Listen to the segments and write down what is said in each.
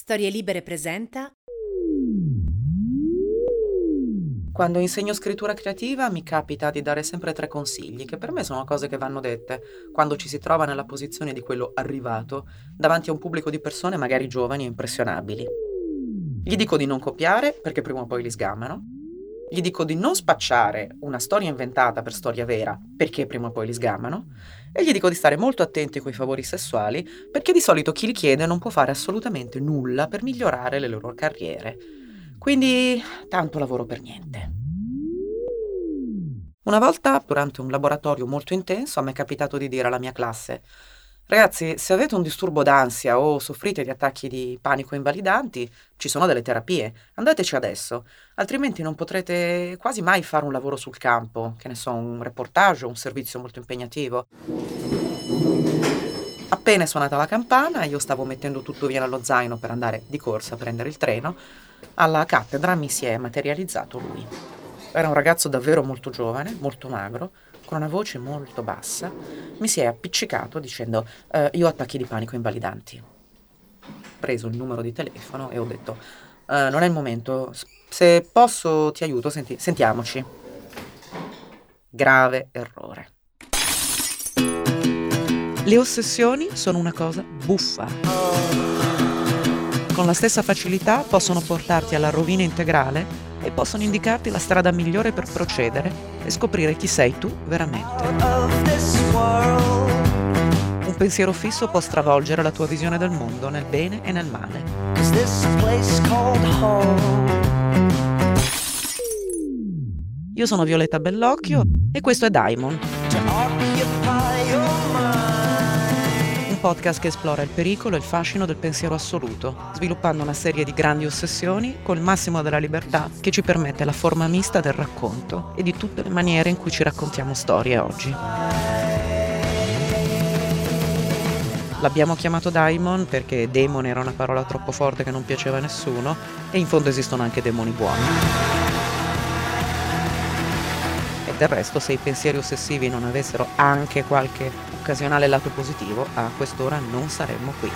Storie Libere presenta. Quando insegno scrittura creativa mi capita di dare sempre 3 consigli, che per me sono cose che vanno dette quando ci si trova nella posizione di quello arrivato, davanti a un pubblico di persone magari giovani e impressionabili. Gli dico di non copiare, perché prima o poi li sgamano. Gli dico di non spacciare una storia inventata per storia vera, perché prima o poi li sgamano. E gli dico di stare molto attenti coi favori sessuali, perché di solito chi li chiede non può fare assolutamente nulla per migliorare le loro carriere. Quindi, tanto lavoro per niente. Una volta, durante un laboratorio molto intenso, a me è capitato di dire alla mia classe: ragazzi, se avete un disturbo d'ansia o soffrite di attacchi di panico invalidanti, ci sono delle terapie, andateci adesso, altrimenti non potrete quasi mai fare un lavoro sul campo, che ne so, un reportage o un servizio molto impegnativo. Appena è suonata la campana, io stavo mettendo tutto via nello zaino per andare di corsa a prendere il treno, alla cattedra mi si è materializzato lui. Era un ragazzo davvero molto giovane, molto magro, con una voce molto bassa. Mi si è appiccicato dicendo: io ho attacchi di panico invalidanti. Ho preso il numero di telefono e ho detto: non è il momento, se posso ti aiuto, sentiamoci. Grave errore. Le ossessioni sono una cosa buffa. Con la stessa facilità possono portarti alla rovina integrale e possono indicarti la strada migliore per procedere e scoprire chi sei tu veramente. Un pensiero fisso può stravolgere la tua visione del mondo nel bene e nel male. Io sono Violetta Bellocchio e questo è Daimon, un podcast che esplora il pericolo e il fascino del pensiero assoluto, sviluppando una serie di grandi ossessioni col massimo della libertà che ci permette la forma mista del racconto e di tutte le maniere in cui ci raccontiamo storie oggi. L'abbiamo chiamato Daimon perché demone era una parola troppo forte che non piaceva a nessuno e in fondo esistono anche demoni buoni. E del resto, se i pensieri ossessivi non avessero anche qualche occasionale lato positivo, a quest'ora non saremmo qui.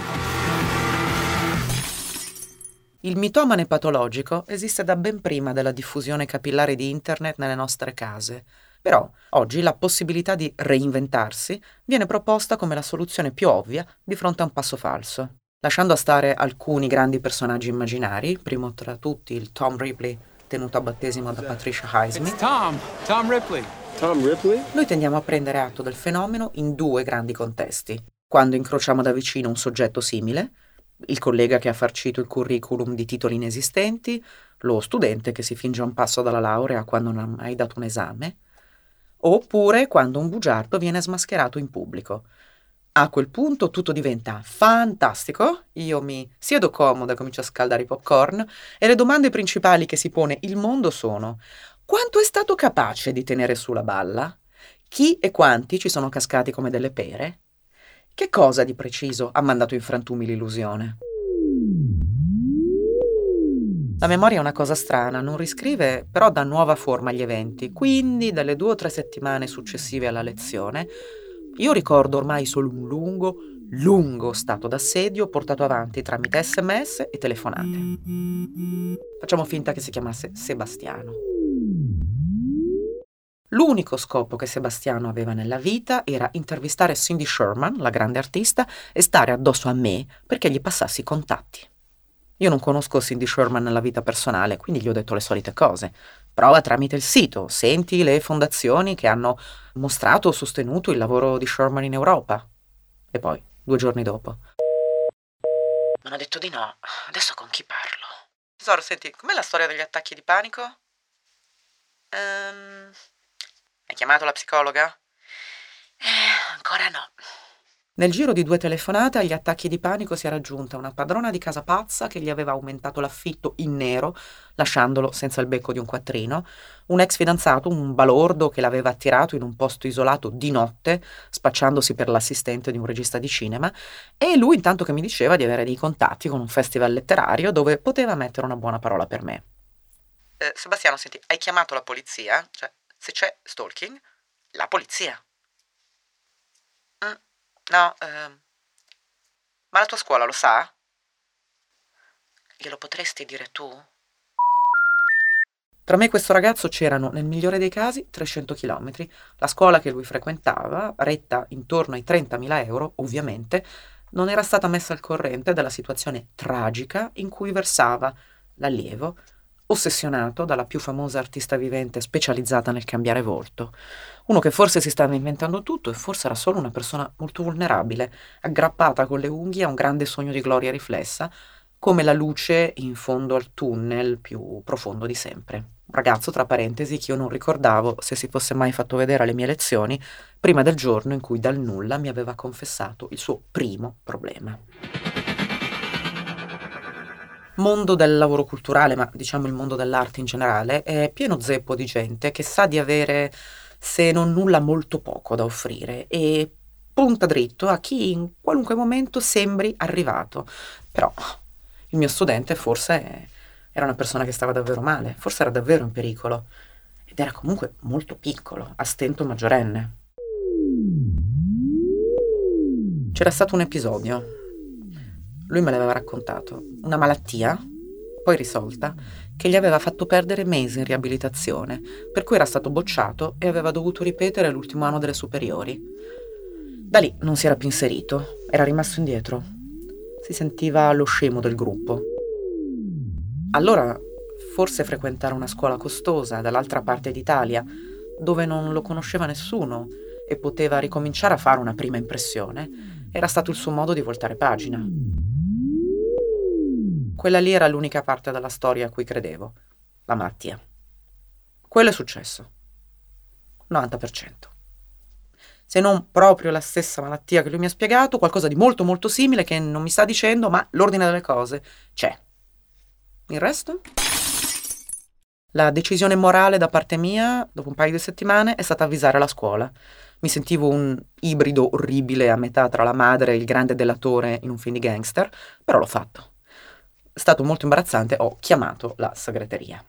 Il mitomane patologico esiste da ben prima della diffusione capillare di internet nelle nostre case. Però oggi la possibilità di reinventarsi viene proposta come la soluzione più ovvia di fronte a un passo falso. Lasciando a stare alcuni grandi personaggi immaginari, primo tra tutti il Tom Ripley tenuto a battesimo da Patricia Highsmith, Tom Ripley. Tom Ripley? noi tendiamo a prendere atto del fenomeno in 2 grandi contesti. Quando incrociamo da vicino un soggetto simile, il collega che ha farcito il curriculum di titoli inesistenti, lo studente che si finge a un passo dalla laurea quando non ha mai dato un esame, oppure quando un bugiardo viene smascherato in pubblico. A quel punto tutto diventa fantastico, io mi siedo comoda e comincio a scaldare i popcorn e le domande principali che si pone il mondo sono: quanto è stato capace di tenere su la balla? Chi e quanti ci sono cascati come delle pere? Che cosa di preciso ha mandato in frantumi l'illusione? La memoria è una cosa strana, non riscrive, però dà nuova forma agli eventi, quindi dalle 2 o 3 settimane successive alla lezione io ricordo ormai solo un lungo stato d'assedio portato avanti tramite SMS e telefonate. Facciamo finta che si chiamasse Sebastiano. L'unico scopo che Sebastiano aveva nella vita era intervistare Cindy Sherman, la grande artista, e stare addosso a me perché gli passassi i contatti. Io non conosco Cindy Sherman nella vita personale, quindi gli ho detto le solite cose. Prova tramite il sito, senti le fondazioni che hanno mostrato o sostenuto il lavoro di Sherman in Europa. E poi, 2 giorni dopo: mi hanno detto di no, adesso con chi parlo? Tesoro, senti, com'è la storia degli attacchi di panico? Hai chiamato la psicologa? Ancora no. Nel giro di 2 telefonate agli attacchi di panico si era aggiunta una padrona di casa pazza che gli aveva aumentato l'affitto in nero, lasciandolo senza il becco di un quattrino, un ex fidanzato, un balordo che l'aveva attirato in un posto isolato di notte, spacciandosi per l'assistente di un regista di cinema, e lui intanto che mi diceva di avere dei contatti con un festival letterario dove poteva mettere una buona parola per me. Sebastiano, senti, hai chiamato la polizia? Cioè, se c'è stalking, la polizia. No, ma la tua scuola lo sa? glielo potresti dire tu? Tra me e questo ragazzo c'erano, nel migliore dei casi, 300 chilometri. La scuola che lui frequentava, retta intorno ai 30.000 euro, ovviamente, non era stata messa al corrente della situazione tragica in cui versava l'allievo, ossessionato dalla più famosa artista vivente specializzata nel cambiare volto. Uno che forse si stava inventando tutto e forse era solo una persona molto vulnerabile, aggrappata con le unghie a un grande sogno di gloria riflessa, come la luce in fondo al tunnel più profondo di sempre. Un ragazzo, tra parentesi, che io non ricordavo se si fosse mai fatto vedere alle mie lezioni, prima del giorno in cui dal nulla mi aveva confessato il suo primo problema. Mondo del lavoro culturale, ma diciamo il mondo dell'arte in generale, è pieno zeppo di gente che sa di avere, se non nulla, molto poco da offrire e punta dritto a chi in qualunque momento sembri arrivato. Però il mio studente forse era una persona che stava davvero male, forse era davvero in pericolo ed era comunque molto piccolo, a stento maggiorenne. C'era stato un episodio. Lui me l'aveva raccontato, una malattia, poi risolta, che gli aveva fatto perdere mesi in riabilitazione, per cui era stato bocciato e aveva dovuto ripetere l'ultimo anno delle superiori. Da lì non si era più inserito, era rimasto indietro. Si sentiva lo scemo del gruppo. Allora, forse frequentare una scuola costosa dall'altra parte d'Italia, dove non lo conosceva nessuno e poteva ricominciare a fare una prima impressione, era stato il suo modo di voltare pagina. Quella lì era l'unica parte della storia a cui credevo, la malattia. Quello è successo. 90%. Se non proprio la stessa malattia che lui mi ha spiegato, qualcosa di molto molto simile che non mi sta dicendo, ma l'ordine delle cose c'è. Il resto? La decisione morale da parte mia, dopo un paio di settimane, è stata avvisare la scuola. Mi sentivo un ibrido orribile a metà tra la madre e il grande delatore in un film di gangster, però l'ho fatto. È stato molto imbarazzante, ho chiamato la segreteria.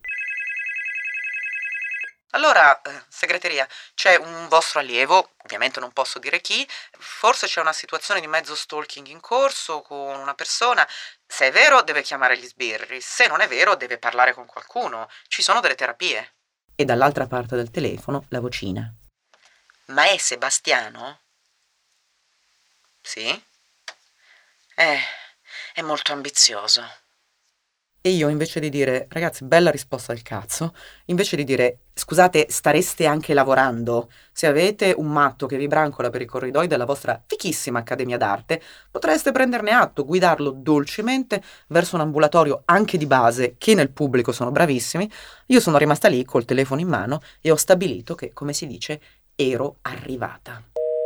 Allora, segreteria, c'è un vostro allievo, ovviamente non posso dire chi, forse c'è una situazione di mezzo stalking in corso con una persona. Se è vero deve chiamare gli sbirri, se non è vero deve parlare con qualcuno, ci sono delle terapie. E dall'altra parte del telefono la vocina. Ma è Sebastiano? Sì? È molto ambizioso. E io invece di dire, ragazzi, bella risposta del cazzo, invece di dire, scusate, stareste anche lavorando? Se avete un matto che vi brancola per i corridoi della vostra fichissima accademia d'arte, potreste prenderne atto, guidarlo dolcemente verso un ambulatorio anche di base, che nel pubblico sono bravissimi. Io sono rimasta lì col telefono in mano e ho stabilito che, come si dice, ero arrivata.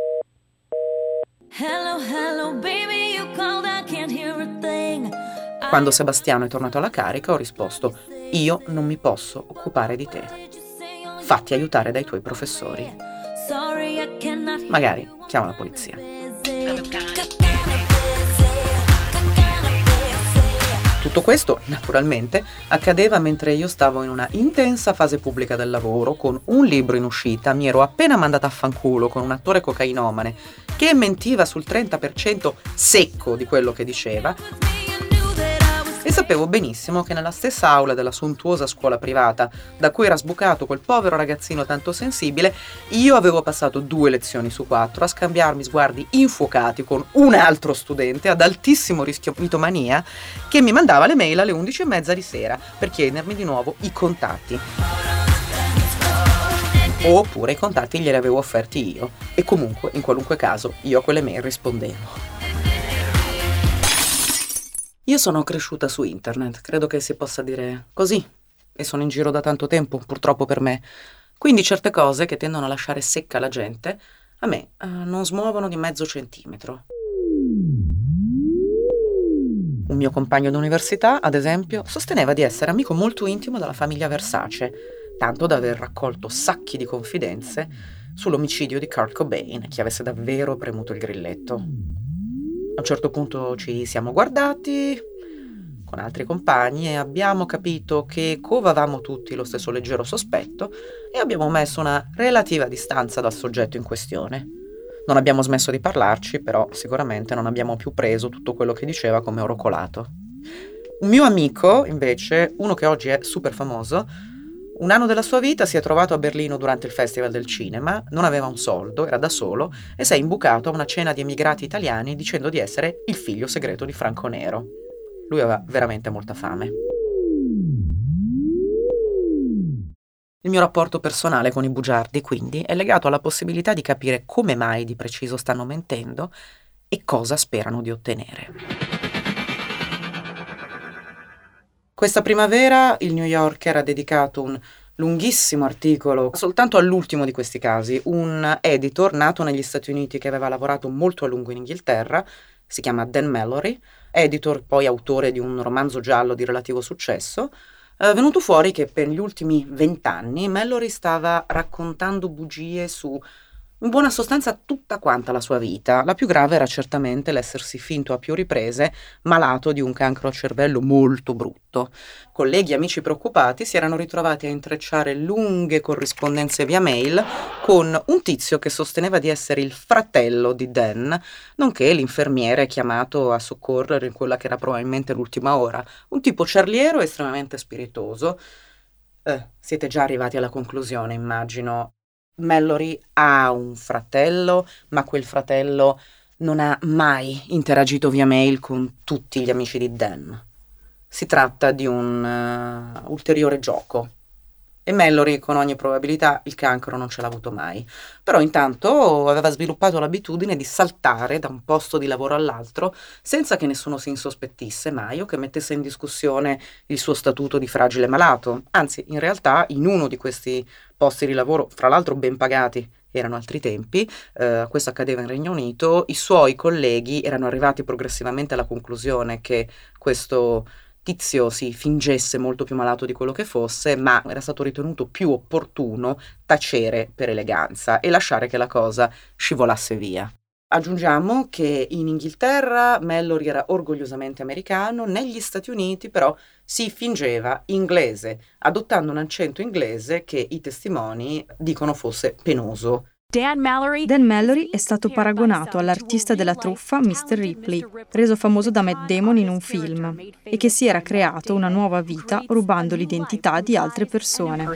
Hello, hello, baby, you called, I can't hear a thing. Quando Sebastiano è tornato alla carica ho risposto: io non mi posso occupare di te. Fatti aiutare dai tuoi professori. Magari chiama la polizia. Tutto questo, naturalmente, accadeva mentre io stavo in una intensa fase pubblica del lavoro, con un libro in uscita, mi ero appena mandata a fanculo con un attore cocainomane che mentiva sul 30% secco di quello che diceva, e sapevo benissimo che nella stessa aula della sontuosa scuola privata da cui era sbucato quel povero ragazzino tanto sensibile, io avevo passato 2 lezioni su 4 a scambiarmi sguardi infuocati con un altro studente ad altissimo rischio mitomania che mi mandava le mail alle 11:30 di sera per chiedermi di nuovo i contatti. Oppure i contatti glieli avevo offerti io e comunque, in qualunque caso, io a quelle mail rispondevo. Io sono cresciuta su internet, credo che si possa dire così, e sono in giro da tanto tempo, purtroppo per me. Quindi certe cose che tendono a lasciare secca la gente, a me non smuovono di mezzo centimetro. Un mio compagno d'università, ad esempio, sosteneva di essere amico molto intimo della famiglia Versace, tanto da aver raccolto sacchi di confidenze sull'omicidio di Kurt Cobain, chi avesse davvero premuto il grilletto. A un certo punto ci siamo guardati con altri compagni e abbiamo capito che covavamo tutti lo stesso leggero sospetto e abbiamo messo una relativa distanza dal soggetto in questione. Non abbiamo smesso di parlarci, però sicuramente non abbiamo più preso tutto quello che diceva come oro colato. Un mio amico, invece, uno che oggi è super famoso, un anno della sua vita si è trovato a Berlino durante il Festival del Cinema, non aveva un soldo, era da solo e si è imbucato a una cena di emigrati italiani dicendo di essere il figlio segreto di Franco Nero. Lui aveva veramente molta fame. Il mio rapporto personale con i bugiardi, quindi, è legato alla possibilità di capire come mai di preciso stanno mentendo e cosa sperano di ottenere. Questa primavera il New Yorker ha dedicato un lunghissimo articolo soltanto all'ultimo di questi casi. Un editor nato negli Stati Uniti che aveva lavorato molto a lungo in Inghilterra, si chiama Dan Mallory, editor poi autore di un romanzo giallo di relativo successo. È venuto fuori che per gli ultimi 20 anni Mallory stava raccontando bugie su, in buona sostanza, tutta quanta la sua vita. La più grave era certamente l'essersi finto a più riprese malato di un cancro al cervello molto brutto. Colleghi e amici preoccupati si erano ritrovati a intrecciare lunghe corrispondenze via mail con un tizio che sosteneva di essere il fratello di Dan, nonché l'infermiere chiamato a soccorrere in quella che era probabilmente l'ultima ora. Un tipo ciarliero e estremamente spiritoso. Siete già arrivati alla conclusione, immagino. Mallory ha un fratello, ma quel fratello non ha mai interagito via mail con tutti gli amici di Dan. Si tratta di un ulteriore gioco. E Mallory, con ogni probabilità, il cancro non ce l'ha avuto mai. Però intanto aveva sviluppato l'abitudine di saltare da un posto di lavoro all'altro senza che nessuno si insospettisse mai o che mettesse in discussione il suo statuto di fragile malato. Anzi, in realtà, in uno di questi posti di lavoro, fra l'altro ben pagati, erano altri tempi, questo accadeva in Regno Unito, i suoi colleghi erano arrivati progressivamente alla conclusione che questo tizio si fingesse molto più malato di quello che fosse, ma era stato ritenuto più opportuno tacere per eleganza e lasciare che la cosa scivolasse via. Aggiungiamo che in Inghilterra Mallory era orgogliosamente americano, negli Stati Uniti però si fingeva inglese, adottando un accento inglese che i testimoni dicono fosse penoso. Dan Mallory è stato paragonato all'artista della truffa Mr. Ripley, reso famoso da Matt Damon in un film, e che si era creato una nuova vita rubando l'identità di altre persone.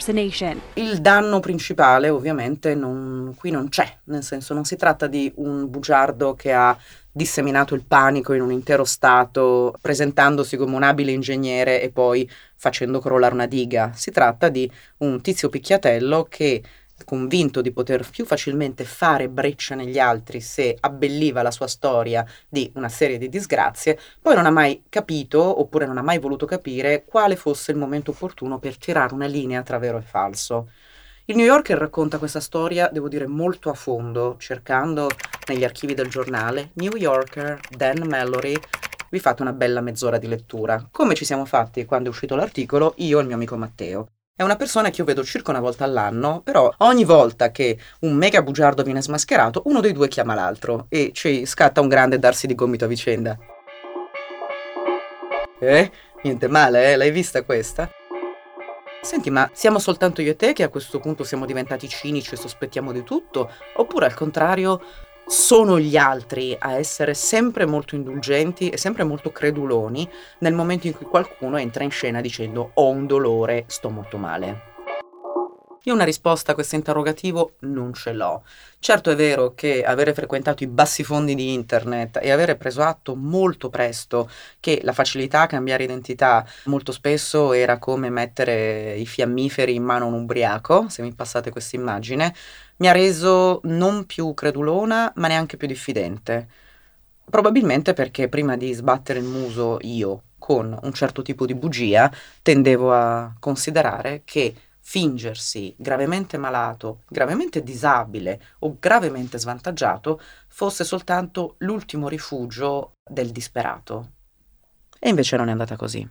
Il danno principale ovviamente qui non c'è, nel senso non si tratta di un bugiardo che ha disseminato il panico in un intero stato, presentandosi come un abile ingegnere e poi facendo crollare una diga. Si tratta di un tizio picchiatello che, convinto di poter più facilmente fare breccia negli altri se abbelliva la sua storia di una serie di disgrazie, poi non ha mai capito, oppure non ha mai voluto capire, quale fosse il momento opportuno per tirare una linea tra vero e falso. Il New Yorker racconta questa storia, devo dire, molto a fondo, cercando negli archivi del giornale New Yorker, Dan Mallory. Vi fate una bella mezz'ora di lettura, come ci siamo fatti quando è uscito l'articolo io e il mio amico Matteo. È una persona che io vedo circa una volta all'anno, però ogni volta che un mega bugiardo viene smascherato, uno dei due chiama l'altro e ci scatta un grande darsi di gomito a vicenda. Niente male, L'hai vista questa? Senti, ma siamo soltanto io e te che a questo punto siamo diventati cinici e sospettiamo di tutto? Oppure al contrario, sono gli altri a essere sempre molto indulgenti e sempre molto creduloni nel momento in cui qualcuno entra in scena dicendo ho un dolore, sto molto male? Io una risposta a questo interrogativo non ce l'ho. Certo è vero che avere frequentato i bassi fondi di internet e avere preso atto molto presto che la facilità a cambiare identità molto spesso era come mettere i fiammiferi in mano a un ubriaco, se mi passate questa immagine, mi ha reso non più credulona, ma neanche più diffidente. Probabilmente perché prima di sbattere il muso io con un certo tipo di bugia tendevo a considerare che fingersi gravemente malato, gravemente disabile o gravemente svantaggiato fosse soltanto l'ultimo rifugio del disperato. E invece non è andata così.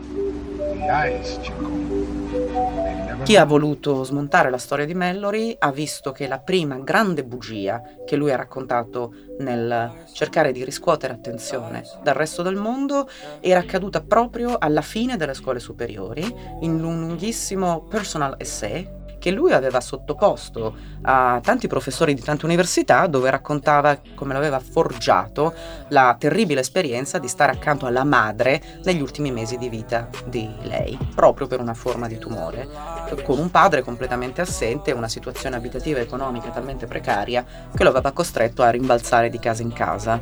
Chi ha voluto smontare la storia di Mallory ha visto che la prima grande bugia che lui ha raccontato nel cercare di riscuotere attenzione dal resto del mondo era accaduta proprio alla fine delle scuole superiori, in un lunghissimo personal essay che lui aveva sottoposto a tanti professori di tante università, dove raccontava come l'aveva forgiato la terribile esperienza di stare accanto alla madre negli ultimi mesi di vita di lei, proprio per una forma di tumore, con un padre completamente assente e una situazione abitativa e economica talmente precaria che lo aveva costretto a rimbalzare di casa in casa.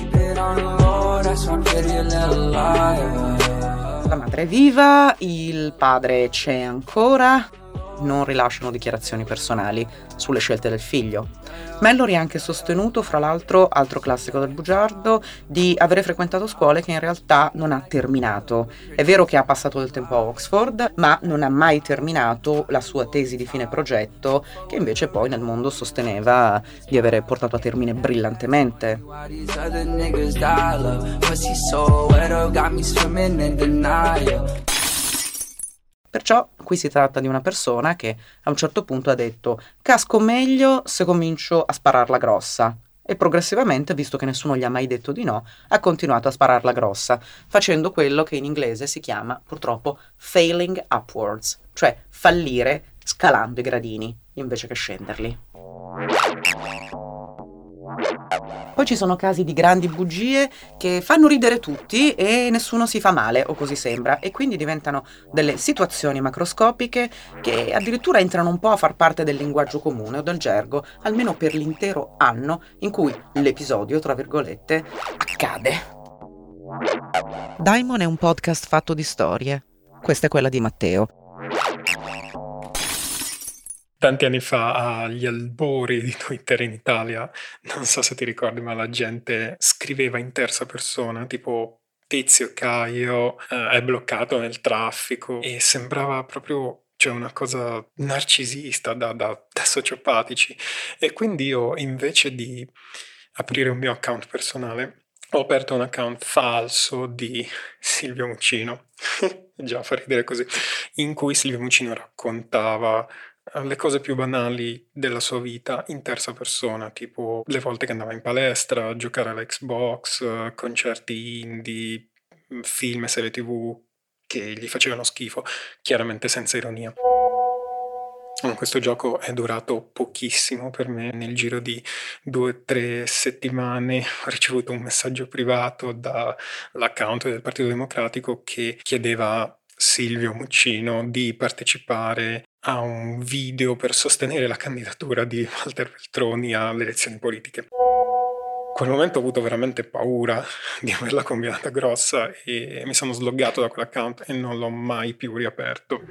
La madre è viva, il padre c'è ancora, non rilasciano dichiarazioni personali sulle scelte del figlio. Mallory ha anche sostenuto, fra l'altro, altro classico del bugiardo, di avere frequentato scuole che in realtà non ha terminato. È vero che ha passato del tempo a Oxford, ma non ha mai terminato la sua tesi di fine progetto, che invece poi nel mondo sosteneva di avere portato a termine brillantemente. Perciò qui si tratta di una persona che a un certo punto ha detto: casco meglio se comincio a spararla grossa. E progressivamente, visto che nessuno gli ha mai detto di no, ha continuato a spararla grossa, facendo quello che in inglese si chiama purtroppo failing upwards, cioè fallire scalando i gradini invece che scenderli. Poi ci sono casi di grandi bugie che fanno ridere tutti e nessuno si fa male, o così sembra, e quindi diventano delle situazioni macroscopiche che addirittura entrano un po' a far parte del linguaggio comune o del gergo, almeno per l'intero anno in cui l'episodio, tra virgolette, accade. Daimon è un podcast fatto di storie. Questa è quella di Matteo. Tanti anni fa, agli albori di Twitter in Italia, non so se ti ricordi, ma la gente scriveva in terza persona, tipo Tizio Caio è bloccato nel traffico, e sembrava proprio, cioè, una cosa narcisista da sociopatici. E quindi io, invece di aprire un mio account personale, ho aperto un account falso di Silvio Muccino, già fa ridere così, in cui Silvio Muccino raccontava le cose più banali della sua vita in terza persona, tipo le volte che andava in palestra, a giocare all'Xbox, concerti indie, film e serie TV che gli facevano schifo, chiaramente senza ironia. Questo gioco è durato pochissimo per me. Nel giro di 2-3 settimane ho ricevuto un messaggio privato dall'account del Partito Democratico che chiedeva a Silvio Muccino di partecipare a un video per sostenere la candidatura di Walter Veltroni alle elezioni politiche. In quel momento ho avuto veramente paura di averla combinata grossa e mi sono sloggato da quell'account e non l'ho mai più riaperto.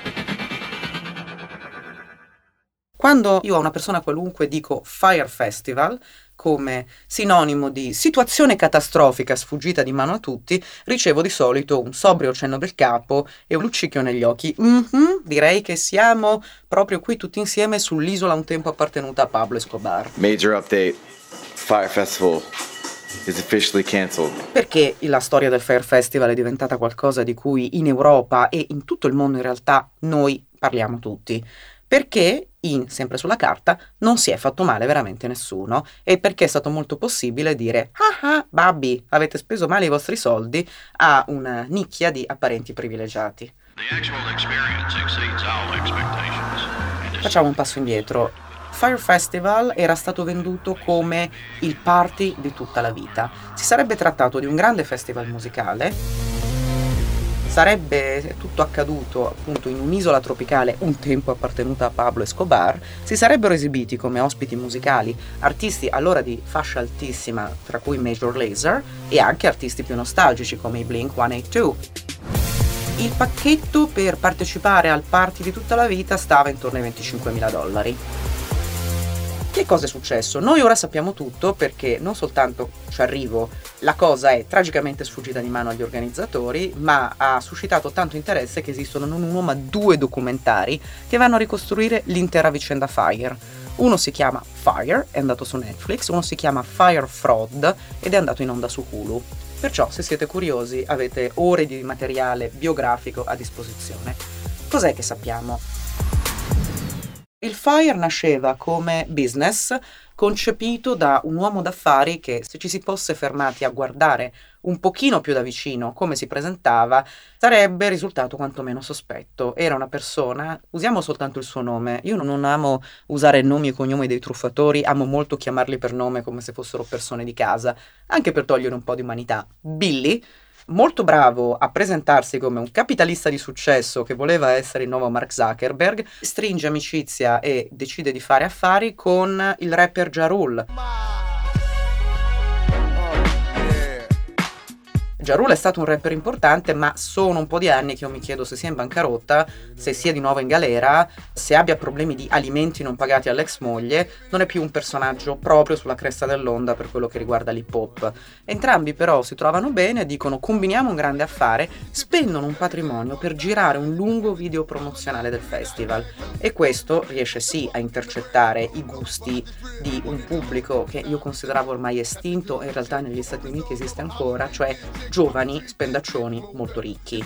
Quando io a una persona qualunque dico Fire Festival come sinonimo di situazione catastrofica sfuggita di mano a tutti, ricevo di solito un sobrio cenno del capo e un luccichio negli occhi. Direi che siamo proprio qui tutti insieme sull'isola un tempo appartenuta a Pablo Escobar. Major update. Fire Festival is officially cancelled. Perché la storia del Fire Festival è diventata qualcosa di cui in Europa e in tutto il mondo in realtà noi parliamo tutti. Perché, sempre sulla carta, non si è fatto male veramente nessuno e perché è stato molto possibile dire babbi, avete speso male i vostri soldi a una nicchia di apparenti privilegiati. Facciamo un passo indietro. Fire Festival era stato venduto come il party di tutta la vita. Si sarebbe trattato di un grande festival musicale. Sarebbe tutto accaduto appunto in un'isola tropicale un tempo appartenuta a Pablo Escobar. Si sarebbero esibiti come ospiti musicali artisti allora di fascia altissima, tra cui Major Lazer, e anche artisti più nostalgici come i Blink-182. Il pacchetto per partecipare al party di tutta la vita stava intorno ai $25.000. Che cosa è successo? Noi ora sappiamo tutto perché non soltanto ci arrivo, la cosa è tragicamente sfuggita di mano agli organizzatori, ma ha suscitato tanto interesse che esistono non uno ma 2 documentari che vanno a ricostruire l'intera vicenda Fire. Uno si chiama Fire, è andato su Netflix, uno si chiama Fire Fraud ed è andato in onda su Hulu. Perciò, se siete curiosi, avete ore di materiale biografico a disposizione. Cos'è che sappiamo? Il Fire nasceva come business concepito da un uomo d'affari che, se ci si fosse fermati a guardare un pochino più da vicino come si presentava, sarebbe risultato quantomeno sospetto. Era una persona, usiamo soltanto il suo nome, io non amo usare nomi e cognomi dei truffatori, amo molto chiamarli per nome come se fossero persone di casa, anche per togliere un po' di umanità. Billy, molto bravo a presentarsi come un capitalista di successo che voleva essere il nuovo Mark Zuckerberg, stringe amicizia e decide di fare affari con il rapper Ja Rule. Ja Rule è stato un rapper importante, ma sono un po' di anni che io mi chiedo se sia in bancarotta, se sia di nuovo in galera, se abbia problemi di alimenti non pagati all'ex moglie. Non è più un personaggio proprio sulla cresta dell'onda per quello che riguarda l'hip hop. Entrambi però si trovano bene, dicono combiniamo un grande affare, spendono un patrimonio per girare un lungo video promozionale del festival, e questo riesce sì a intercettare i gusti di un pubblico che io consideravo ormai estinto e in realtà negli Stati Uniti esiste ancora, cioè giovani spendaccioni molto ricchi.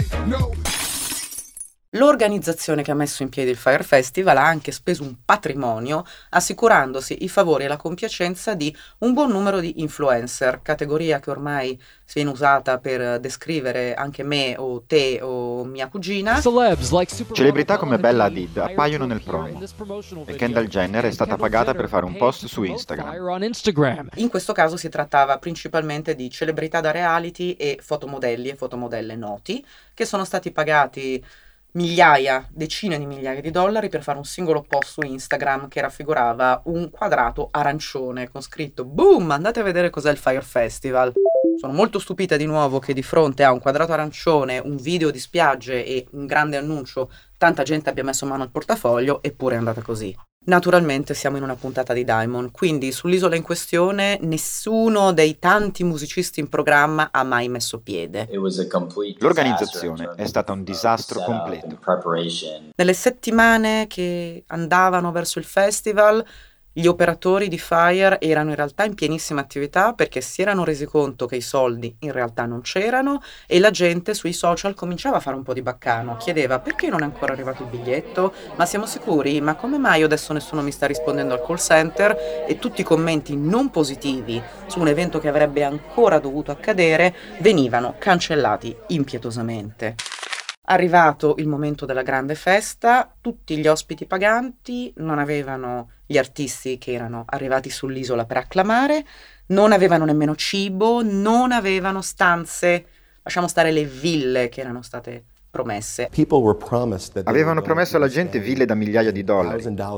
L'organizzazione che ha messo in piedi il Fyre Festival ha anche speso un patrimonio assicurandosi i favori e la compiacenza di un buon numero di influencer, categoria che ormai si viene usata per descrivere anche me o te o mia cugina. Celebrità come Bella Hadid appaiono nel promo e Kendall Jenner è stata pagata per fare un post su Instagram. In questo caso si trattava principalmente di celebrità da reality e fotomodelli e fotomodelle noti che sono stati pagati migliaia, decine di migliaia di dollari per fare un singolo post su Instagram che raffigurava un quadrato arancione con scritto boom, andate a vedere cos'è il Fyre Festival. Sono molto stupita di nuovo che di fronte a un quadrato arancione, un video di spiagge e un grande annuncio tanta gente abbia messo mano al portafoglio, eppure è andata così. Naturalmente siamo in una puntata di Diamond, quindi sull'isola in questione nessuno dei tanti musicisti in programma ha mai messo piede. L'organizzazione è stata un disastro completo. Nelle settimane che andavano verso il festival, gli operatori di Fyre erano in realtà in pienissima attività perché si erano resi conto che i soldi in realtà non c'erano e la gente sui social cominciava a fare un po' di baccano, chiedeva perché non è ancora arrivato il biglietto, ma siamo sicuri, ma come mai adesso nessuno mi sta rispondendo al call center, e tutti i commenti non positivi su un evento che avrebbe ancora dovuto accadere venivano cancellati impietosamente. Arrivato il momento della grande festa, tutti gli ospiti paganti non avevano gli artisti che erano arrivati sull'isola per acclamare, non avevano nemmeno cibo, non avevano stanze, lasciamo stare le ville che erano state promesse. Avevano promesso alla gente ville da migliaia di dollari.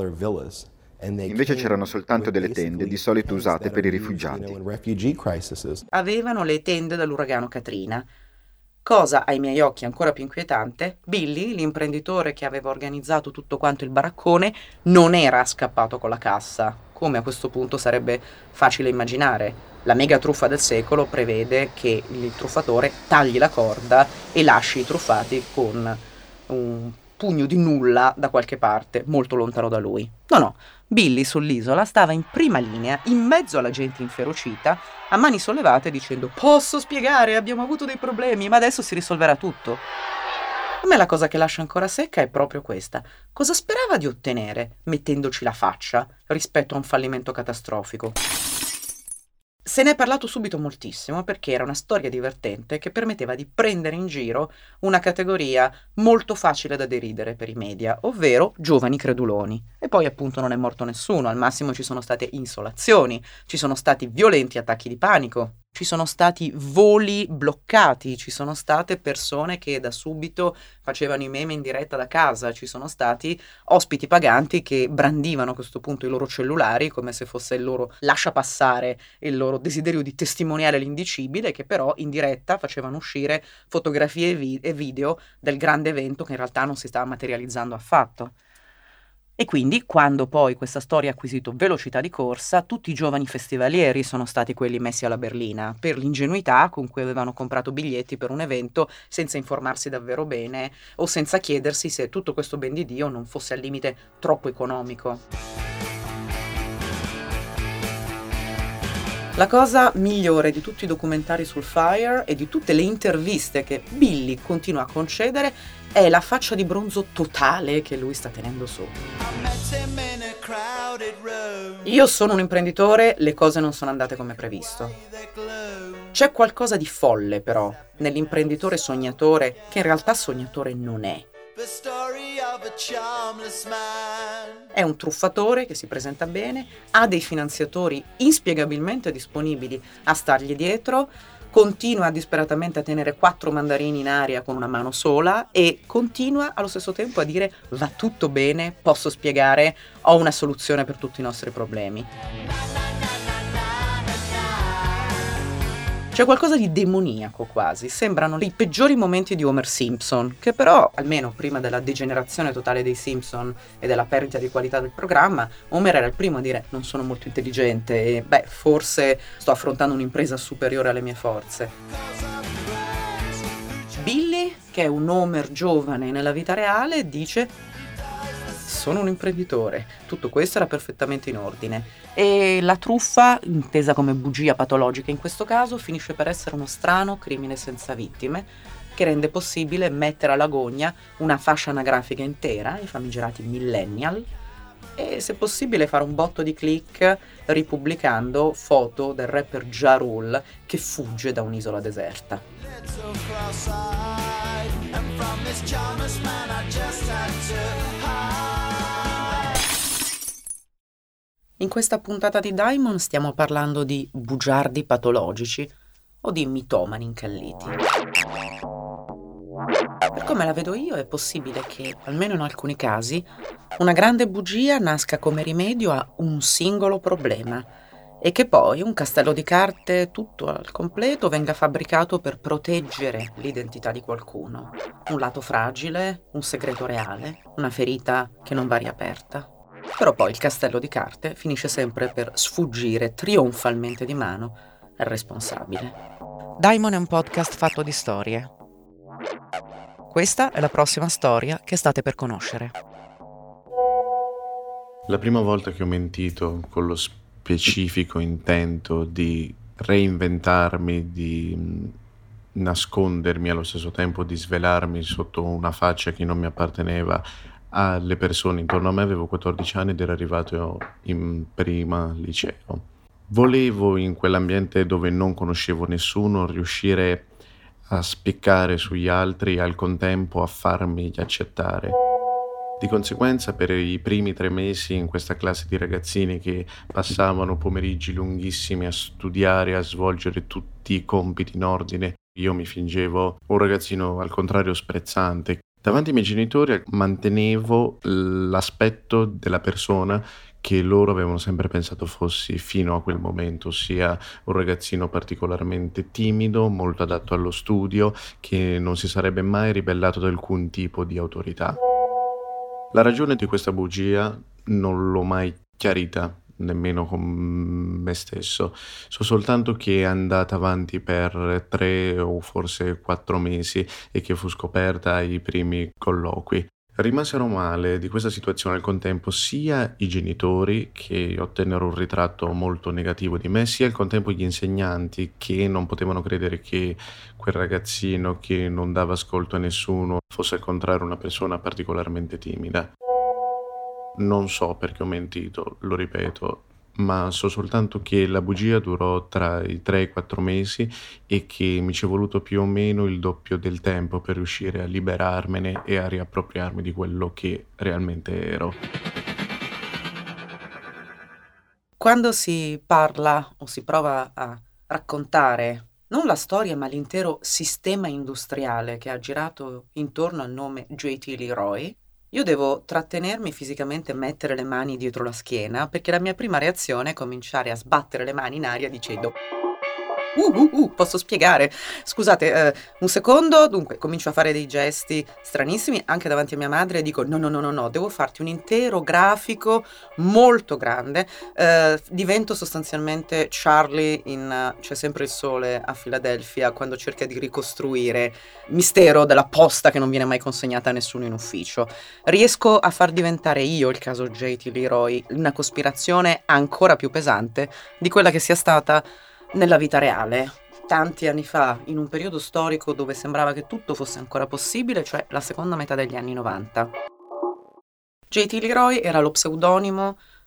Invece c'erano soltanto delle tende, di solito usate per i rifugiati. Avevano le tende dall'uragano Katrina. Cosa ai miei occhi ancora più inquietante, Billy, l'imprenditore che aveva organizzato tutto quanto il baraccone, non era scappato con la cassa, come a questo punto sarebbe facile immaginare. La mega truffa del secolo prevede che il truffatore tagli la corda e lasci i truffati con un pugno di nulla da qualche parte, molto lontano da lui. No, Billy sull'isola stava in prima linea, in mezzo alla gente inferocita, a mani sollevate dicendo «Posso spiegare, abbiamo avuto dei problemi, ma adesso si risolverà tutto». A me la cosa che lascia ancora secca è proprio questa. Cosa sperava di ottenere mettendoci la faccia rispetto a un fallimento catastrofico? Se ne è parlato subito moltissimo perché era una storia divertente che permetteva di prendere in giro una categoria molto facile da deridere per i media, ovvero giovani creduloni. E poi appunto non è morto nessuno, al massimo ci sono state insolazioni, ci sono stati violenti attacchi di panico, ci sono stati voli bloccati, ci sono state persone che da subito facevano i meme in diretta da casa, ci sono stati ospiti paganti che brandivano a questo punto i loro cellulari come se fosse il loro lasciapassare, il loro desiderio di testimoniare l'indicibile, che però in diretta facevano uscire fotografie e video del grande evento che in realtà non si stava materializzando affatto. E quindi, quando poi questa storia ha acquisito velocità di corsa, tutti i giovani festivalieri sono stati quelli messi alla berlina per l'ingenuità con cui avevano comprato biglietti per un evento senza informarsi davvero bene o senza chiedersi se tutto questo ben di Dio non fosse al limite troppo economico. La cosa migliore di tutti i documentari sul Fyre e di tutte le interviste che Billy continua a concedere è la faccia di bronzo totale che lui sta tenendo su. Io sono un imprenditore, le cose non sono andate come previsto. C'è qualcosa di folle però nell'imprenditore sognatore che in realtà sognatore non è. È un truffatore che si presenta bene, ha dei finanziatori inspiegabilmente disponibili a stargli dietro, continua disperatamente a tenere 4 mandarini in aria con una mano sola e continua allo stesso tempo a dire va tutto bene, posso spiegare, ho una soluzione per tutti i nostri problemi. C'è qualcosa di demoniaco quasi, sembrano i peggiori momenti di Homer Simpson, che però, almeno prima della degenerazione totale dei Simpson e della perdita di qualità del programma, Homer era il primo a dire non sono molto intelligente e forse sto affrontando un'impresa superiore alle mie forze. Billy, che è un Homer giovane nella vita reale, dice sono un imprenditore. Tutto questo era perfettamente in ordine. E la truffa, intesa come bugia patologica in questo caso, finisce per essere uno strano crimine senza vittime che rende possibile mettere all'agonia una fascia anagrafica intera, i famigerati millennial, e se possibile fare un botto di click ripubblicando foto del rapper Ja Rule che fugge da un'isola deserta. In questa puntata di Diamond stiamo parlando di bugiardi patologici o di mitomani incalliti. Per come la vedo io è possibile che, almeno in alcuni casi, una grande bugia nasca come rimedio a un singolo problema e che poi un castello di carte tutto al completo venga fabbricato per proteggere l'identità di qualcuno. Un lato fragile, un segreto reale, una ferita che non va riaperta. Però poi il castello di carte finisce sempre per sfuggire trionfalmente di mano al responsabile. Diamond è un podcast fatto di storie. Questa è la prossima storia che state per conoscere. La prima volta che ho mentito con lo specifico intento di reinventarmi, di nascondermi allo stesso tempo, di svelarmi sotto una faccia che non mi apparteneva alle persone intorno a me, avevo 14 anni ed ero arrivato in prima liceo. Volevo, in quell'ambiente dove non conoscevo nessuno, riuscire a spiccare sugli altri e al contempo a farmi accettare. Di conseguenza, per i primi 3 mesi in questa classe di ragazzini che passavano pomeriggi lunghissimi a studiare, a svolgere tutti i compiti in ordine, io mi fingevo un ragazzino al contrario sprezzante. Davanti ai miei genitori mantenevo l'aspetto della persona che loro avevano sempre pensato fossi fino a quel momento, ossia un ragazzino particolarmente timido, molto adatto allo studio, che non si sarebbe mai ribellato ad alcun tipo di autorità. La ragione di questa bugia non l'ho mai chiarita, nemmeno con me stesso. So soltanto che è andata avanti per 3 o forse 4 mesi e che fu scoperta ai primi colloqui. Rimasero male di questa situazione al contempo sia i genitori, che ottennero un ritratto molto negativo di me, sia al contempo gli insegnanti, che non potevano credere che quel ragazzino che non dava ascolto a nessuno fosse al contrario una persona particolarmente timida. Non so perché ho mentito, lo ripeto, ma so soltanto che la bugia durò tra i 3 e i 4 mesi e che mi ci è voluto più o meno il doppio del tempo per riuscire a liberarmene e a riappropriarmi di quello che realmente ero. Quando si parla o si prova a raccontare non la storia ma l'intero sistema industriale che ha girato intorno al nome J.T. Leroy, io devo trattenermi fisicamente e mettere le mani dietro la schiena perché la mia prima reazione è cominciare a sbattere le mani in aria dicendo posso spiegare? Scusate, un secondo. Dunque, comincio a fare dei gesti stranissimi anche davanti a mia madre e dico no, devo farti un intero grafico molto grande. Divento sostanzialmente Charlie in C'è sempre il sole a Filadelfia quando cerca di ricostruire mistero della posta che non viene mai consegnata a nessuno in ufficio. Riesco a far diventare io il caso J.T. Leroy una cospirazione ancora più pesante di quella che sia stata nella vita reale, tanti anni fa, in un periodo storico dove sembrava che tutto fosse ancora possibile, cioè la seconda metà degli anni 90. J.T. Leroy era lo pseudonimo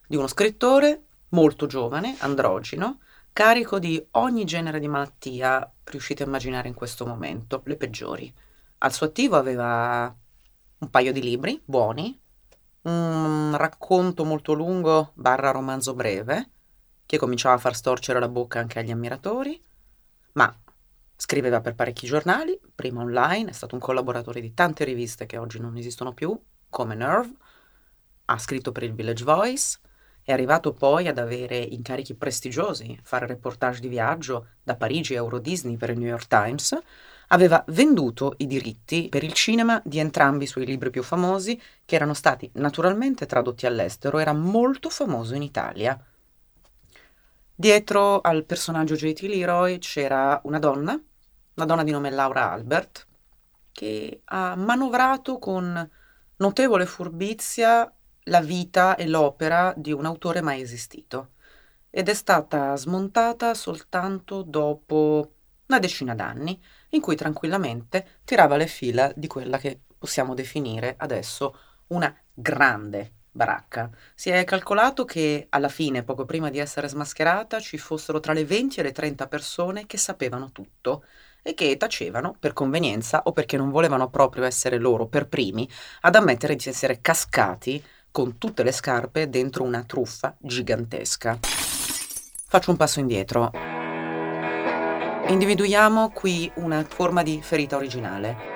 di uno scrittore molto giovane, androgino, carico di ogni genere di malattia riuscite a immaginare in questo momento, le peggiori. Al suo attivo aveva un paio di libri buoni, un racconto molto lungo / romanzo breve, che cominciava a far storcere la bocca anche agli ammiratori, ma scriveva per parecchi giornali, prima online, è stato un collaboratore di tante riviste che oggi non esistono più, come Nerve, ha scritto per il Village Voice, è arrivato poi ad avere incarichi prestigiosi, fare reportage di viaggio da Parigi a Euro Disney per il New York Times, aveva venduto i diritti per il cinema di entrambi i suoi libri più famosi, che erano stati naturalmente tradotti all'estero, era molto famoso in Italia. Dietro al personaggio J.T. Leroy c'era una donna di nome Laura Albert, che ha manovrato con notevole furbizia la vita e l'opera di un autore mai esistito, ed è stata smontata soltanto dopo una decina d'anni, in cui tranquillamente tirava le fila di quella che possiamo definire adesso una grande baracca. Si è calcolato che alla fine, poco prima di essere smascherata, ci fossero tra le 20 e le 30 persone che sapevano tutto e che tacevano per convenienza o perché non volevano proprio essere loro per primi ad ammettere di essere cascati con tutte le scarpe dentro una truffa gigantesca. Faccio un passo indietro. Individuiamo qui una forma di ferita originale.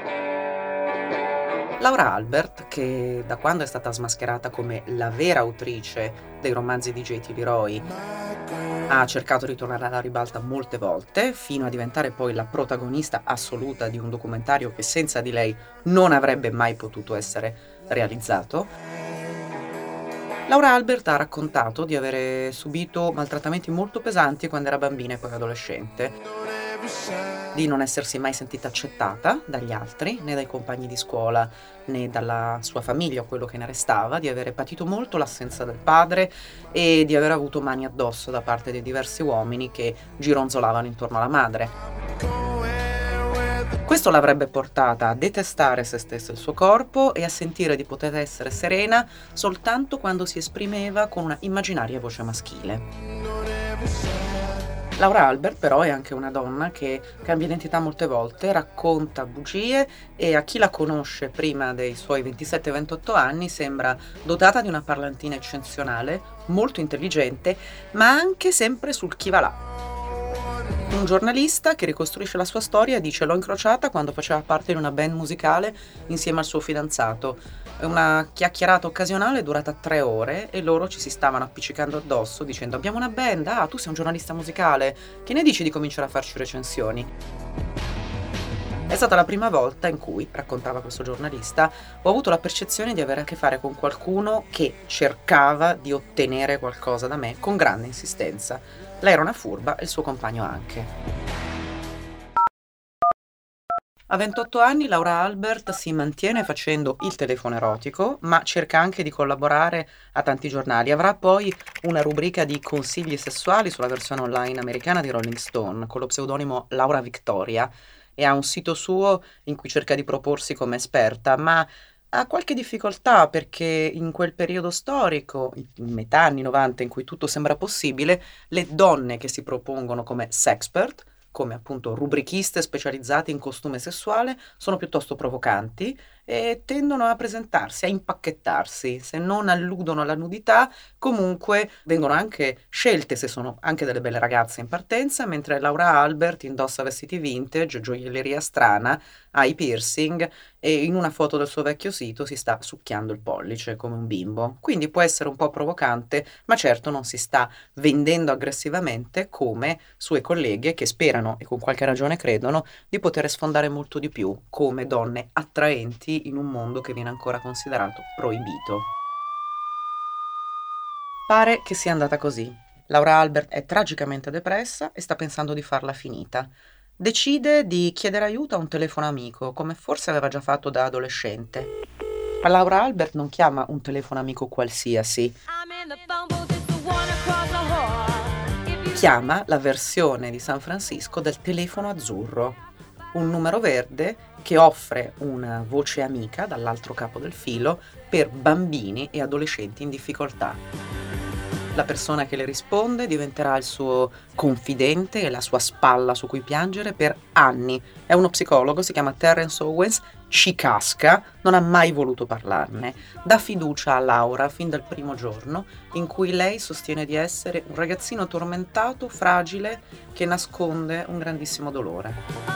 Laura Albert, che da quando è stata smascherata come la vera autrice dei romanzi di J.T. Leroy, ha cercato di tornare alla ribalta molte volte, fino a diventare poi la protagonista assoluta di un documentario che senza di lei non avrebbe mai potuto essere realizzato. Laura Albert ha raccontato di avere subito maltrattamenti molto pesanti quando era bambina e poi adolescente, di non essersi mai sentita accettata dagli altri, né dai compagni di scuola, né dalla sua famiglia o quello che ne restava, di avere patito molto l'assenza del padre e di aver avuto mani addosso da parte di diversi uomini che gironzolavano intorno alla madre. Questo l'avrebbe portata a detestare se stessa e il suo corpo e a sentire di poter essere serena soltanto quando si esprimeva con una immaginaria voce maschile. Laura Albert però è anche una donna che cambia identità molte volte, racconta bugie e a chi la conosce prima dei suoi 27-28 anni sembra dotata di una parlantina eccezionale, molto intelligente, ma anche sempre sul chi va là. Un giornalista che ricostruisce la sua storia dice: l'ho incrociata quando faceva parte di una band musicale insieme al suo fidanzato. Una chiacchierata occasionale è durata 3 ore e loro ci si stavano appiccicando addosso dicendo: abbiamo una band, ah, tu sei un giornalista musicale, che ne dici di cominciare a farci recensioni? È stata la prima volta in cui, raccontava questo giornalista, ho avuto la percezione di avere a che fare con qualcuno che cercava di ottenere qualcosa da me con grande insistenza. Lei era una furba e il suo compagno anche. A 28 anni Laura Albert si mantiene facendo il telefono erotico, ma cerca anche di collaborare a tanti giornali. Avrà poi una rubrica di consigli sessuali sulla versione online americana di Rolling Stone con lo pseudonimo Laura Victoria e ha un sito suo in cui cerca di proporsi come esperta, ma ha qualche difficoltà perché in quel periodo storico, in metà anni 90, in cui tutto sembra possibile, le donne che si propongono come sexpert, come appunto rubrichiste specializzate in costume sessuale, sono piuttosto provocanti e tendono a presentarsi, a impacchettarsi. Se non alludono alla nudità, comunque vengono anche scelte se sono anche delle belle ragazze in partenza, mentre Laura Albert indossa vestiti vintage, gioielleria strana, ha i piercing e in una foto del suo vecchio sito si sta succhiando il pollice come un bimbo. Quindi può essere un po' provocante, ma certo non si sta vendendo aggressivamente come sue colleghe che sperano, e con qualche ragione credono, di poter sfondare molto di più come donne attraenti in un mondo che viene ancora considerato proibito. Pare che sia andata così. Laura Albert è tragicamente depressa e sta pensando di farla finita. Decide di chiedere aiuto a un telefono amico, come forse aveva già fatto da adolescente. Ma Laura Albert non chiama un telefono amico qualsiasi. Chiama la versione di San Francisco del telefono azzurro, un numero verde che offre una voce amica dall'altro capo del filo per bambini e adolescenti in difficoltà. La persona che le risponde diventerà il suo confidente e la sua spalla su cui piangere per anni. È uno psicologo, si chiama Terence Owens, ci casca, non ha mai voluto parlarne. Dà fiducia a Laura fin dal primo giorno, in cui lei sostiene di essere un ragazzino tormentato, fragile, che nasconde un grandissimo dolore.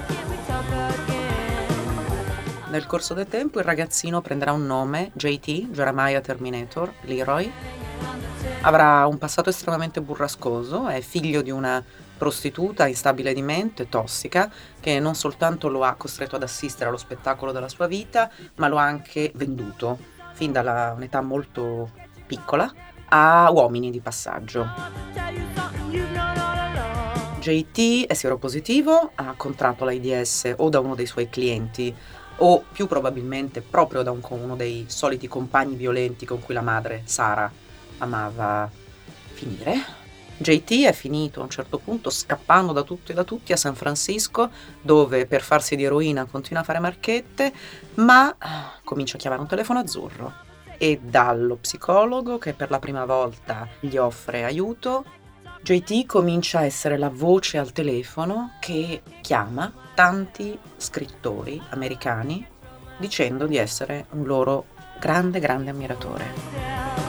Nel corso del tempo il ragazzino prenderà un nome, JT, Jeremiah Terminator Leroy. Avrà un passato estremamente burrascoso, è figlio di una prostituta instabile di mente, tossica, che non soltanto lo ha costretto ad assistere allo spettacolo della sua vita, ma lo ha anche venduto, fin da un'età molto piccola, a uomini di passaggio. JT è sieropositivo, ha contratto l'AIDS o da uno dei suoi clienti o più probabilmente proprio da uno dei soliti compagni violenti con cui la madre, Sara, amava finire. JT è finito a un certo punto scappando da tutto e da tutti a San Francisco, dove per farsi di eroina continua a fare marchette, ma comincia a chiamare un telefono azzurro e dallo psicologo che per la prima volta gli offre aiuto, JT comincia a essere la voce al telefono che chiama tanti scrittori americani dicendo di essere un loro grande, grande ammiratore.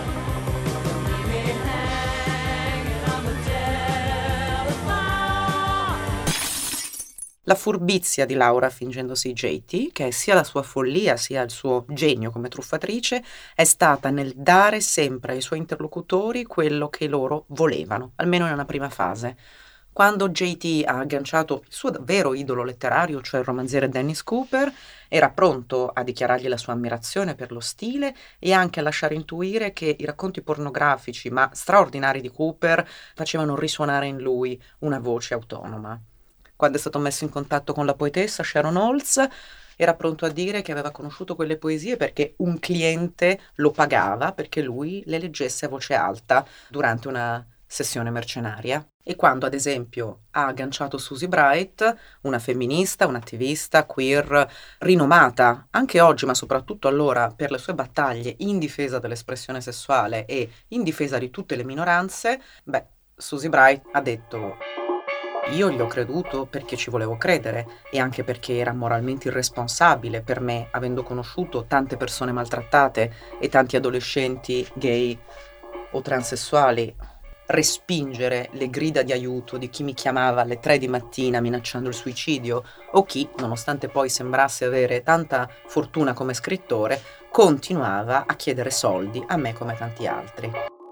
La furbizia di Laura fingendosi JT, che è sia la sua follia sia il suo genio come truffatrice, è stata nel dare sempre ai suoi interlocutori quello che loro volevano, almeno in una prima fase. Quando JT ha agganciato il suo vero idolo letterario, cioè il romanziere Dennis Cooper, era pronto a dichiarargli la sua ammirazione per lo stile e anche a lasciare intuire che i racconti pornografici ma straordinari di Cooper facevano risuonare in lui una voce autonoma. Quando è stato messo in contatto con la poetessa Sharon Olds, era pronto a dire che aveva conosciuto quelle poesie perché un cliente lo pagava perché lui le leggesse a voce alta durante una sessione mercenaria. E quando, ad esempio, ha agganciato Susie Bright, una femminista, un'attivista queer rinomata, anche oggi, ma soprattutto allora, per le sue battaglie in difesa dell'espressione sessuale e in difesa di tutte le minoranze, Susie Bright ha detto: io gli ho creduto perché ci volevo credere e anche perché era moralmente irresponsabile per me, avendo conosciuto tante persone maltrattate e tanti adolescenti gay o transessuali, respingere le grida di aiuto di chi mi chiamava alle 3 di mattina minacciando il suicidio o chi, nonostante poi sembrasse avere tanta fortuna come scrittore, continuava a chiedere soldi a me come a tanti altri.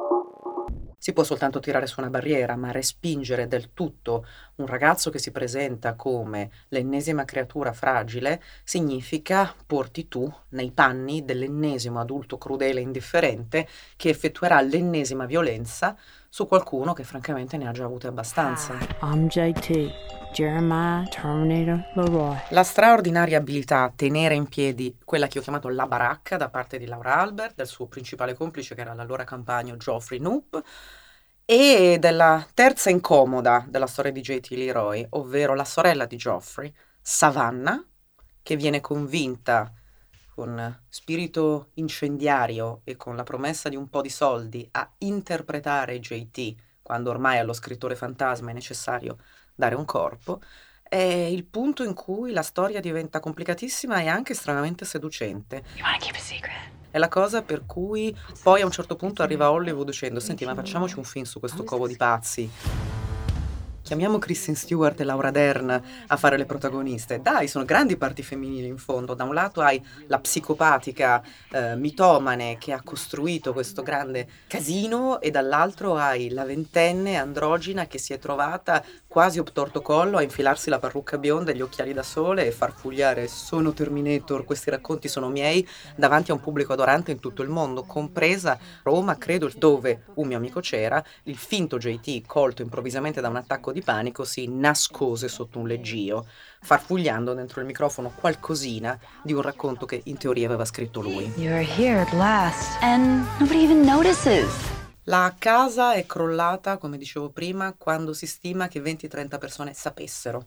Si può soltanto tirare su una barriera, ma respingere del tutto un ragazzo che si presenta come l'ennesima creatura fragile significa porti tu nei panni dell'ennesimo adulto crudele e indifferente che effettuerà l'ennesima violenza su qualcuno che francamente ne ha già avute abbastanza. I'm JT, Jeremiah Terminator Leroy. La straordinaria abilità a tenere in piedi quella che ho chiamato la baracca da parte di Laura Albert, del suo principale complice che era l'allora compagno Geoffrey Knupp, e della terza incomoda della storia di JT Leroy, ovvero la sorella di Geoffrey, Savannah, che viene convinta con spirito incendiario e con la promessa di un po' di soldi a interpretare JT, quando ormai allo scrittore fantasma è necessario dare un corpo, è il punto in cui la storia diventa complicatissima e anche estremamente seducente. You wanna keep a secret? È la cosa per cui poi a un certo punto arriva Hollywood dicendo: senti, ma facciamoci un film su questo covo di pazzi. Chiamiamo Kristen Stewart e Laura Dern a fare le protagoniste. Dai, sono grandi parti femminili in fondo. Da un lato hai la psicopatica mitomane che ha costruito questo grande casino e dall'altro hai la ventenne androgina che si è trovata quasi obtorto collo a infilarsi la parrucca bionda e gli occhiali da sole e farfugliare "sono Terminator, questi racconti sono miei" davanti a un pubblico adorante in tutto il mondo, compresa Roma, credo, dove un mio amico c'era, il finto JT, colto improvvisamente da un attacco di panico, si nascose sotto un leggio, farfugliando dentro il microfono qualcosina di un racconto che in teoria aveva scritto lui. You're here at last, and nobody even notices. La casa è crollata, come dicevo prima, quando si stima che 20-30 persone sapessero.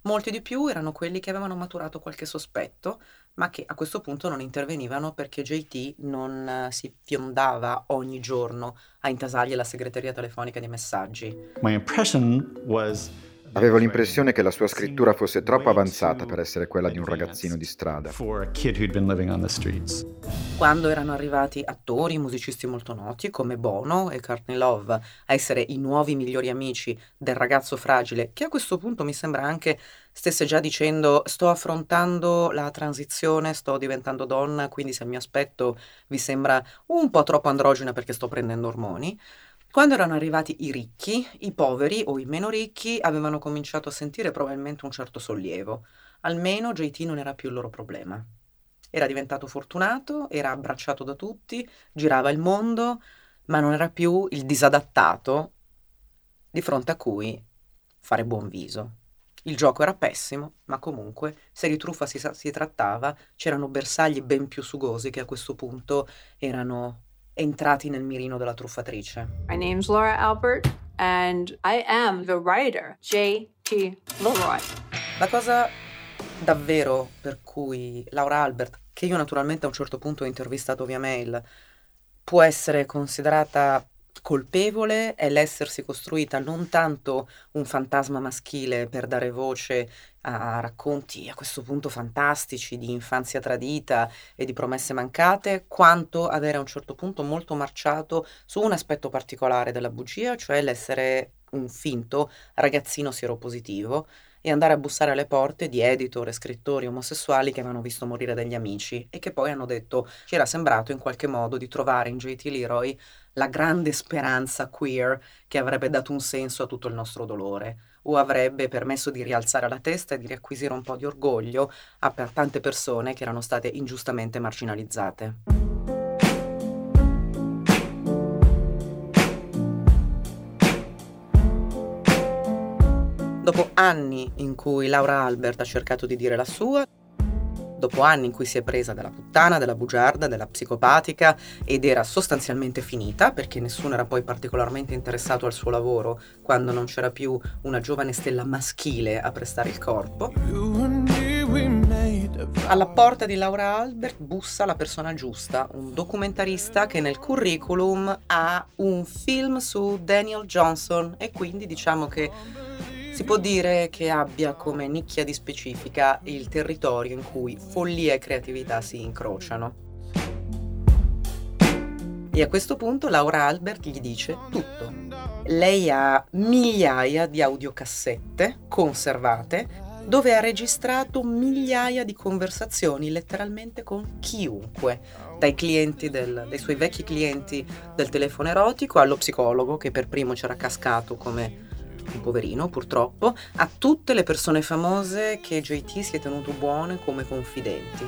Molti di più erano quelli che avevano maturato qualche sospetto, ma che a questo punto non intervenivano perché JT non si fiondava ogni giorno a intasargli la segreteria telefonica di messaggi. My impression was Avevo l'impressione che la sua scrittura fosse troppo avanzata per essere quella di un ragazzino di strada. for a kid who'd been living on the streets. Quando erano arrivati attori, musicisti molto noti come Bono e Courtney Love a essere i nuovi migliori amici del ragazzo fragile, che a questo punto mi sembra anche stesse già dicendo sto affrontando la transizione, sto diventando donna, quindi se il mio aspetto vi sembra un po' troppo androgina perché sto prendendo ormoni. Quando erano arrivati i ricchi, i poveri o i meno ricchi avevano cominciato a sentire probabilmente un certo sollievo. Almeno JT non era più il loro problema. Era diventato fortunato, era abbracciato da tutti, girava il mondo, ma non era più il disadattato di fronte a cui fare buon viso. Il gioco era pessimo, ma comunque, se di truffa si trattava, c'erano bersagli ben più sugosi che a questo punto erano entrati nel mirino della truffatrice. My name's Laura Albert, and I am the writer, J.T. Leroy. La cosa davvero per cui Laura Albert, che io naturalmente a un certo punto ho intervistato via mail, può essere considerata colpevole è l'essersi costruita non tanto un fantasma maschile per dare voce a racconti a questo punto fantastici di infanzia tradita e di promesse mancate, quanto avere a un certo punto molto marciato su un aspetto particolare della bugia, cioè l'essere un finto ragazzino sieropositivo e andare a bussare alle porte di editor e scrittori omosessuali che avevano visto morire degli amici e che poi hanno detto ci era sembrato in qualche modo di trovare in J.T. Leroy la grande speranza queer che avrebbe dato un senso a tutto il nostro dolore o avrebbe permesso di rialzare la testa e di riacquisire un po' di orgoglio per tante persone che erano state ingiustamente marginalizzate. Dopo anni in cui Laura Albert ha cercato di dire la sua, dopo anni in cui si è presa della puttana, della bugiarda, della psicopatica ed era sostanzialmente finita perché nessuno era poi particolarmente interessato al suo lavoro quando non c'era più una giovane stella maschile a prestare il corpo, alla porta di Laura Albert bussa la persona giusta, un documentarista che nel curriculum ha un film su Daniel Johnson e quindi diciamo che si può dire che abbia come nicchia di specifica il territorio in cui follia e creatività si incrociano. E a questo punto Laura Albert gli dice tutto. Lei ha migliaia di audiocassette conservate dove ha registrato migliaia di conversazioni letteralmente con chiunque, dai clienti dai suoi vecchi clienti del telefono erotico allo psicologo che per primo c'era cascato come un poverino purtroppo, a tutte le persone famose che JT si è tenuto buone come confidenti.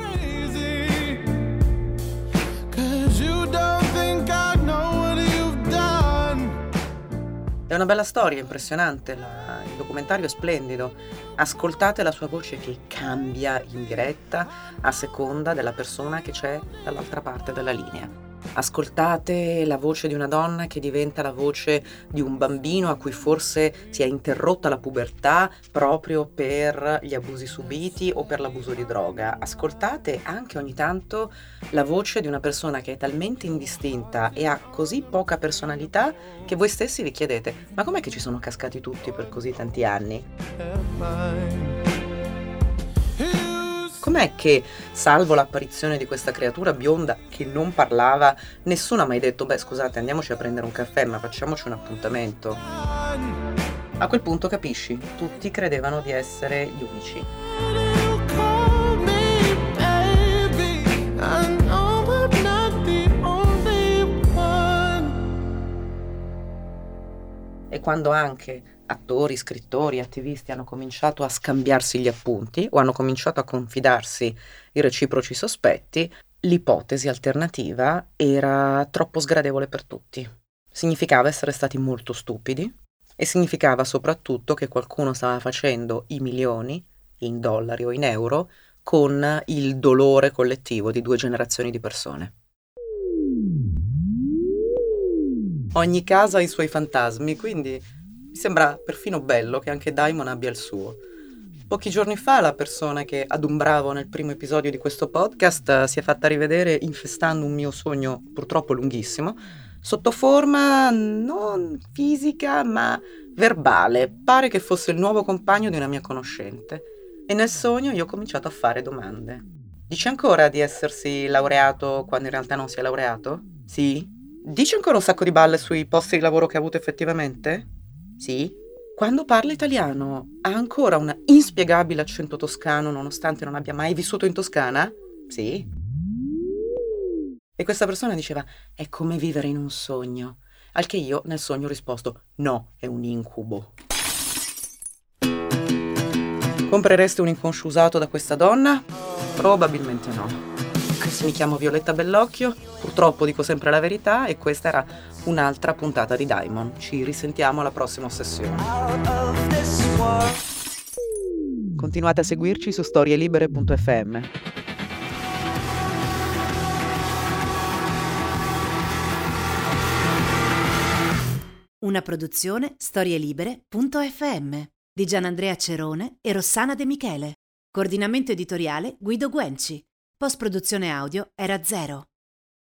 È una bella storia, impressionante, il documentario è splendido. Ascoltate la sua voce che cambia in diretta a seconda della persona che c'è dall'altra parte della linea. Ascoltate la voce di una donna che diventa la voce di un bambino a cui forse si è interrotta la pubertà proprio per gli abusi subiti o per l'abuso di droga. Ascoltate anche ogni tanto la voce di una persona che è talmente indistinta e ha così poca personalità che voi stessi vi chiedete: ma com'è che ci sono cascati tutti per così tanti anni? Com'è che, salvo l'apparizione di questa creatura bionda che non parlava, nessuno ha mai detto beh scusate andiamoci a prendere un caffè ma facciamoci un appuntamento? A quel punto capisci, tutti credevano di essere gli unici. E quando anche attori, scrittori, attivisti hanno cominciato a scambiarsi gli appunti o hanno cominciato a confidarsi i reciproci sospetti, l'ipotesi alternativa era troppo sgradevole per tutti. Significava essere stati molto stupidi e significava soprattutto che qualcuno stava facendo i milioni, in dollari o in euro, con il dolore collettivo di 2 generazioni di persone. Ogni casa ha i suoi fantasmi, quindi mi sembra perfino bello che anche Daimon abbia il suo. Pochi giorni fa la persona che adumbravo nel primo episodio di questo podcast si è fatta rivedere infestando un mio sogno purtroppo lunghissimo, sotto forma non fisica ma verbale. Pare che fosse il nuovo compagno di una mia conoscente. E nel sogno io ho cominciato a fare domande. Dice ancora di essersi laureato quando in realtà non si è laureato? Sì. Dice ancora un sacco di balle sui posti di lavoro che ha avuto effettivamente? Sì. Quando parla italiano ha ancora un inspiegabile accento toscano nonostante non abbia mai vissuto in Toscana? Sì. E questa persona diceva, è come vivere in un sogno. Al che io nel sogno ho risposto, no, è un incubo. Comprereste un inconscio usato da questa donna? Probabilmente no. Mi chiamo Violetta Bellocchio, purtroppo dico sempre la verità e questa era un'altra puntata di Daimon. Ci risentiamo alla prossima sessione. Continuate a seguirci su storielibere.fm. Una produzione storielibere.fm di Gianandrea Cerone e Rossana De Michele. Coordinamento editoriale Guido Guenci. Post-produzione audio era 0.